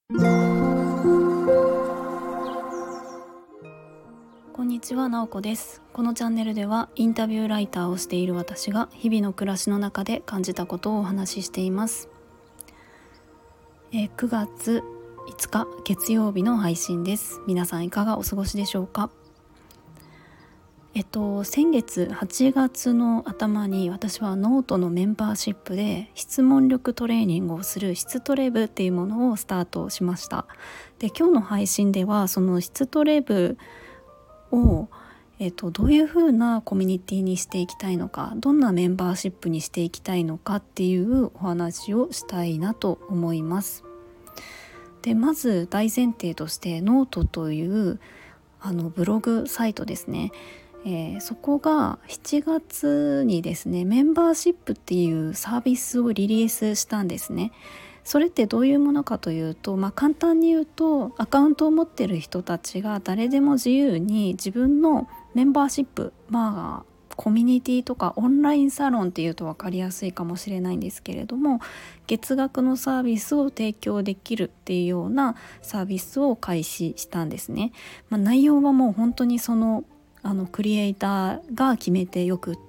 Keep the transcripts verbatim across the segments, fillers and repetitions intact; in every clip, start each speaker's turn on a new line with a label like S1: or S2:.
S1: こんにちは、なおこです。このチャンネルではインタビューライターをしている私が日々の暮らしの中で感じたことをお話ししています。えー、くがついつか月曜日の配信です。皆さんいかがお過ごしでしょうか。えっと先月はちがつの頭に私はノートのメンバーシップで質問力トレーニングをする質トレ部っていうものをスタートしました。で、今日の配信ではその質トレ部を、えっと、どういう風なコミュニティにしていきたいのか、どんなメンバーシップにしていきたいのかっていうお話をしたいなと思います。で、まず大前提としてノートというあのブログサイトですね、えー、そこがしちがつにですねメンバーシップっていうサービスをリリースしたんですね。それってどういうものかというと、まあ、簡単に言うとアカウントを持っている人たちが誰でも自由に自分のメンバーシップ、まあコミュニティとかオンラインサロンっていうと分かりやすいかもしれないんですけれども、月額のサービスを提供できるっていうようなサービスを開始したんですね。まあ、内容はもう本当にそのあのクリエイターが決めてよくって、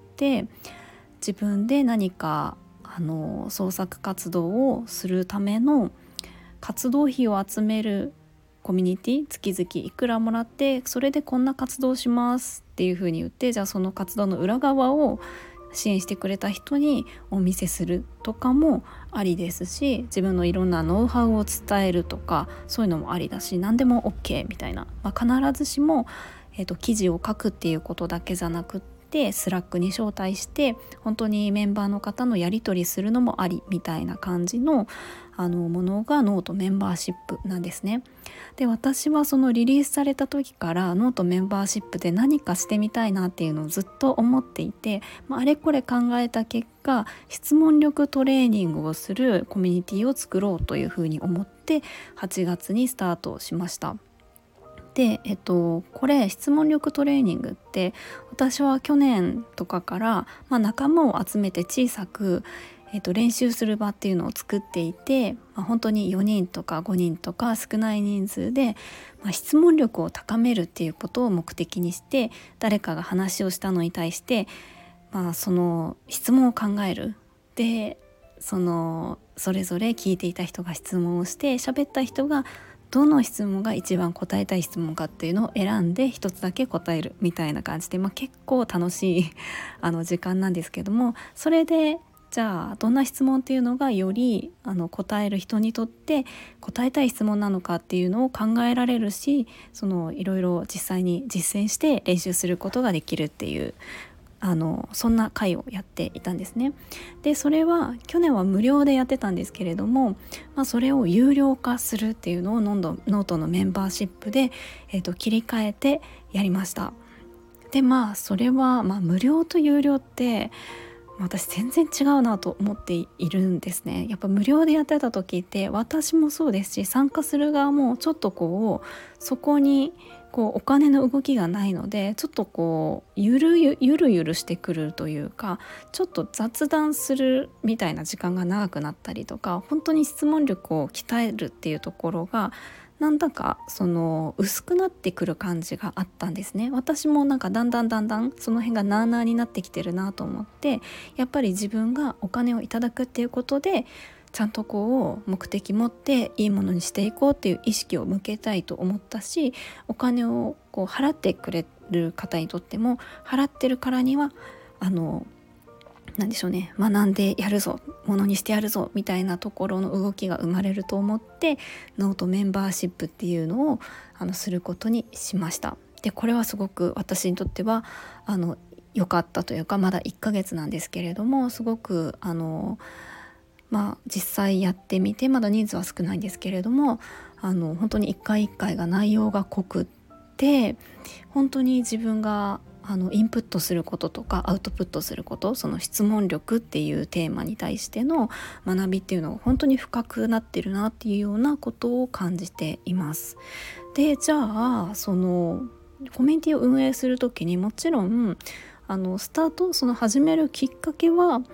S1: 自分で何かあの創作活動をするための活動費を集めるコミュニティ、月々いくらもらってそれでこんな活動しますっていう風に言って、じゃあその活動の裏側を支援してくれた人にお見せするとかもありですし、自分のいろんなノウハウを伝えるとかそういうのもありだし、何でも OK みたいな、まあ、必ずしも、えーと、記事を書くっていうことだけじゃなくってスラックに招待して本当にメンバーの方のやり取りするのもありみたいな感じのあのものがノートメンバーシップなんですね。で、私はそのリリースされた時からノートメンバーシップで何かしてみたいなっていうのをずっと思っていて、まあ、あれこれ考えた結果質問力トレーニングをするコミュニティを作ろうというふうに思ってはちがつにスタートしました。で、えっと、これ質問力トレーニングって私は去年とかから、まあ、仲間を集めて小さく、えっと、練習する場っていうのを作っていて、まあ、本当によにんとかごにんとか少ない人数で、まあ、質問力を高めるっていうことを目的にして、誰かが話をしたのに対して、まあ、その質問を考える。で、そのそれぞれ聞いていた人が質問をして喋った人がどの質問が一番答えたい質問かっていうのを選んで一つだけ答えるみたいな感じで、まあ、結構楽しいあの時間なんですけども、それでじゃあどんな質問っていうのがよりあの答える人にとって答えたい質問なのかっていうのを考えられるし、そのいろいろ実際に実践して練習することができるっていうあのそんな会をやっていたんですね。で、それは去年は無料でやってたんですけれども、まあ、それを有料化するっていうのをノートのメンバーシップで、えーと、切り替えてやりました。で、まあそれは、まあ、無料と有料って私全然違うなと思っているんですね。やっぱ無料でやってた時って私もそうですし、参加する側もちょっとこうそこにこうお金の動きがないので、ちょっとこうゆるゆゆるゆるしてくるというか、ちょっと雑談するみたいな時間が長くなったりとか、本当に質問力を鍛えるっていうところがなんだかその薄くなってくる感じがあったんですね。私もなんかだんだんだんだんその辺がなあなあになってきてるなと思って、やっぱり自分がお金をいただくっていうことでちゃんとこう目的持っていいものにしていこうっていう意識を向けたいと思ったし、お金をこう払ってくれる方にとっても払ってるからにはあのなんでしょうね、学んでやるぞ、ものにしてやるぞみたいなところの動きが生まれると思ってノートメンバーシップっていうのをあのすることにしました。で、これはすごく私にとってはあの良かったというか、まだいっかげつなんですけれども、すごくあのまあ実際やってみてまだ人数は少ないんですけれども、あの本当に一回一回が内容が濃くって、本当に自分があのインプットすることとかアウトプットすること、その質問力っていうテーマに対しての学びっていうのが本当に深くなってるなっていうようなことを感じています。で、じゃあそのコミュニティを運営するときにもちろんあのスタートその始めるきっかけは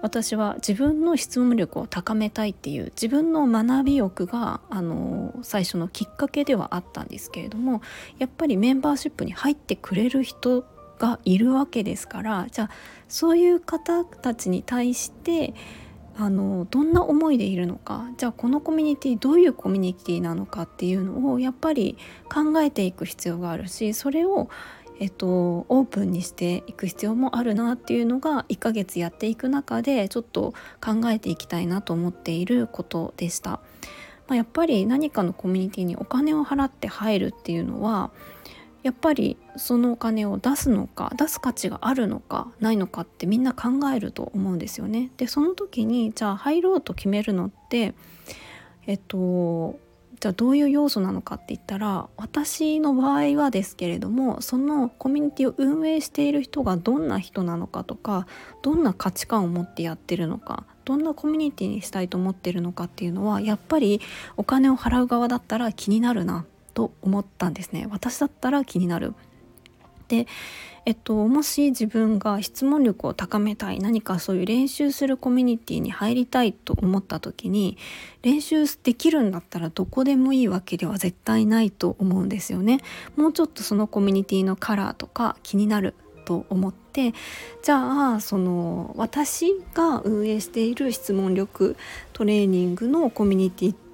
S1: 私は自分の質問力を高めたいっていう自分の学び欲があの最初のきっかけではあったんですけれども、やっぱりメンバーシップに入ってくれる人がいるわけですから、じゃあそういう方たちに対してあのどんな思いでいるのか、じゃあこのコミュニティどういうコミュニティなのかっていうのをやっぱり考えていく必要があるし、それをえっと、オープンにしていく必要もあるなっていうのがいっかげつやっていく中でちょっと考えていきたいなと思っていることでした。まあ、やっぱり何かのコミュニティにお金を払って入るっていうのは、やっぱりそのお金を出すのか出す価値があるのかないのかってみんな考えると思うんですよね。でその時にじゃあ入ろうと決めるのってえっとじゃあどういう要素なのかって言ったら、私の場合はですけれども、そのコミュニティを運営している人がどんな人なのかとか、どんな価値観を持ってやってるのか、どんなコミュニティにしたいと思ってるのかっていうのは、やっぱりお金を払う側だったら気になるなと思ったんですね。私だったら気になる。でえっと、もし自分が質問力を高めたい、何かそういう練習するコミュニティに入りたいと思った時に、練習できるんだったらどこでもいいわけでは絶対ないと思うんですよね。もうちょっとそのコミュニティのカラーとか気になると思って、じゃあその私が運営している質問力トレーニングのコミュニティって、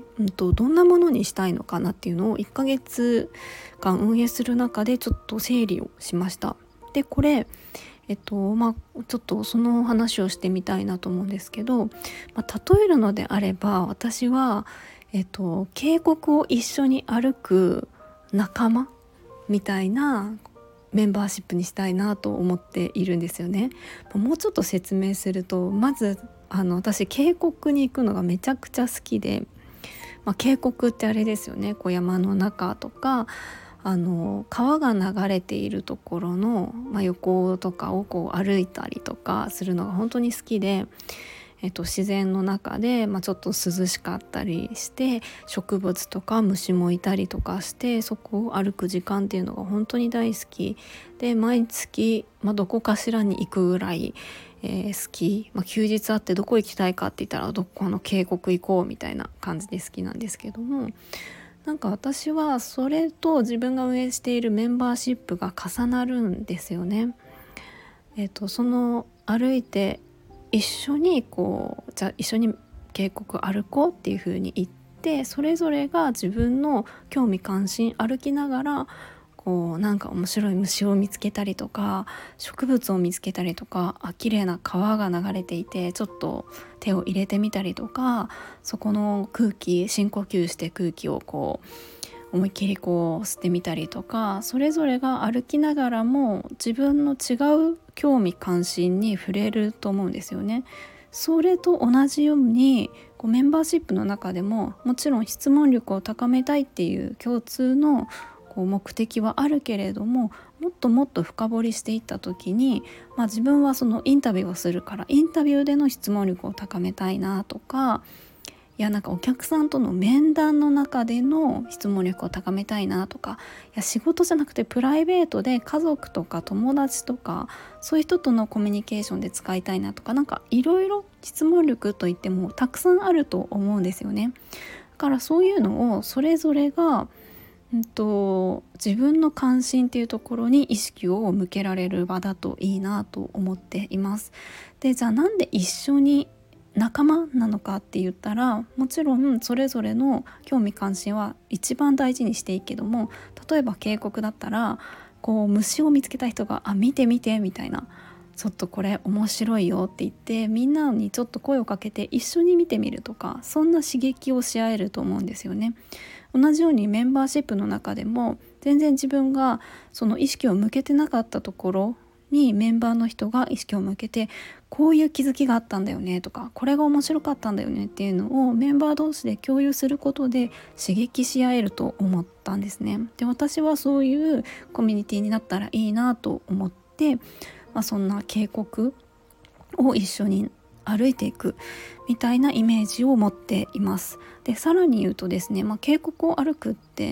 S1: うん、とどんなものにしたいのかなっていうのをいっかげつかん運営する中でちょっと整理をしました。でこれえっとまあちょっとその話をしてみたいなと思うんですけど、まあ、例えるのであれば、私はえっと渓谷を一緒に歩く仲間みたいなメンバーシップにしたいなと思っているんですよね。もうちょっと説明すると、まずあの私渓谷に行くのがめちゃくちゃ好きで、まあ、渓谷ってあれですよね、こう山の中とかあの川が流れているところの、まあ、横とかをこう歩いたりとかするのが本当に好きで、えっと、自然の中で、まあ、ちょっと涼しかったりして植物とか虫もいたりとかして、そこを歩く時間っていうのが本当に大好きで、毎月、まあ、どこかしらに行くぐらい、えー、好き、まあ、休日あってどこ行きたいかって言ったらどこの渓谷行こうみたいな感じで好きなんですけども、なんか私はそれと自分が運営しているメンバーシップが重なるんですよね。えっと、その歩いて一緒にこうじゃあ一緒に渓谷歩こうっていう風に言って、それぞれが自分の興味関心歩きながらこうなんか面白い虫を見つけたりとか植物を見つけたりとか、あ綺麗な川が流れていてちょっと手を入れてみたりとか、そこの空気深呼吸して空気をこう思いっきりこう吸ってみたりとか、それぞれが歩きながらも自分の違う興味関心に触れると思うんですよね。それと同じようにこうメンバーシップの中でももちろん質問力を高めたいっていう共通のこう目的はあるけれども、もっともっと深掘りしていった時に、まあ、自分はそのインタビューをするからインタビューでの質問力を高めたいなとか、いやなんかお客さんとの面談の中での質問力を高めたいなとか、いや仕事じゃなくてプライベートで家族とか友達とかそういう人とのコミュニケーションで使いたいなとか、なんかいろいろ質問力といってもたくさんあると思うんですよね。だからそういうのをそれぞれがうんと自分の関心っていうところに意識を向けられる場だといいなと思っています。でじゃあなんで一緒に仲間なのかって言ったら、もちろんそれぞれの興味関心は一番大事にしていいけども、例えば渓谷だったらこう虫を見つけた人があ見て見てみたいな、ちょっとこれ面白いよって言ってみんなにちょっと声をかけて一緒に見てみるとか、そんな刺激をし合えると思うんですよね。同じようにメンバーシップの中でも全然自分がその意識を向けてなかったところにメンバーの人が意識を向けて、こういう気づきがあったんだよねとか、これが面白かったんだよねっていうのをメンバー同士で共有することで刺激し合えると思ったんですね。で私はそういうコミュニティになったらいいなと思って、まあ、そんな渓谷を一緒に歩いていくみたいなイメージを持っています。でさらに言うとですね、まあ、渓谷を歩くって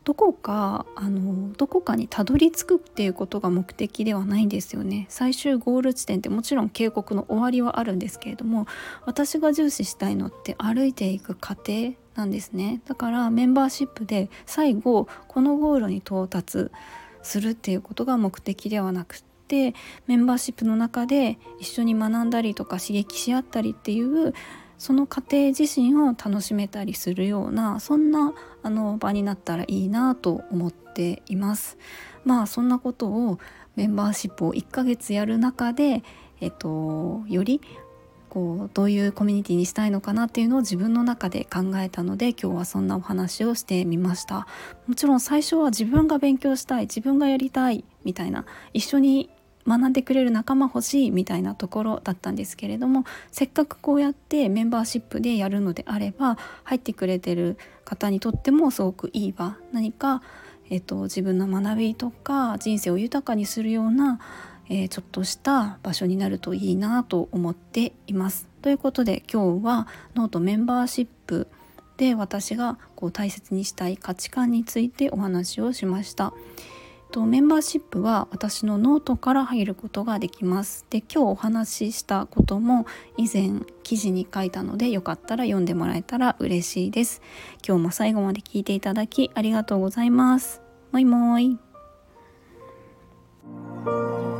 S1: どこかあのどこかにたどり着くっていうことが目的ではないんですよね。最終ゴール地点ってもちろん渓谷の終わりはあるんですけれども、私が重視したいのって歩いていく過程なんですね。だからメンバーシップで最後このゴールに到達するっていうことが目的ではなくってメンバーシップの中で一緒に学んだりとか刺激し合ったりっていうその過程自身を楽しめたりするようなそんなあの場になったらいいなと思っています。まあそんなことをメンバーシップをいっかげつやる中で、えっと、よりこうどういうコミュニティにしたいのかなっていうのを自分の中で考えたので今日はそんなお話をしてみました。もちろん最初は自分が勉強したい自分がやりたいみたいな一緒に学んでくれる仲間欲しいみたいなところだったんですけれども、せっかくこうやってメンバーシップでやるのであれば入ってくれてる方にとってもすごくいい場、何か、えっと、自分の学びとか人生を豊かにするような、えー、ちょっとした場所になるといいなと思っています。ということで今日はノートメンバーシップで私がこう大切にしたい価値観についてお話をしました。メンバーシップは私のノートから入ることができます。で、今日お話ししたことも以前記事に書いたのでよかったら読んでもらえたら嬉しいです。今日も最後まで聞いていただきありがとうございます。もいもーい。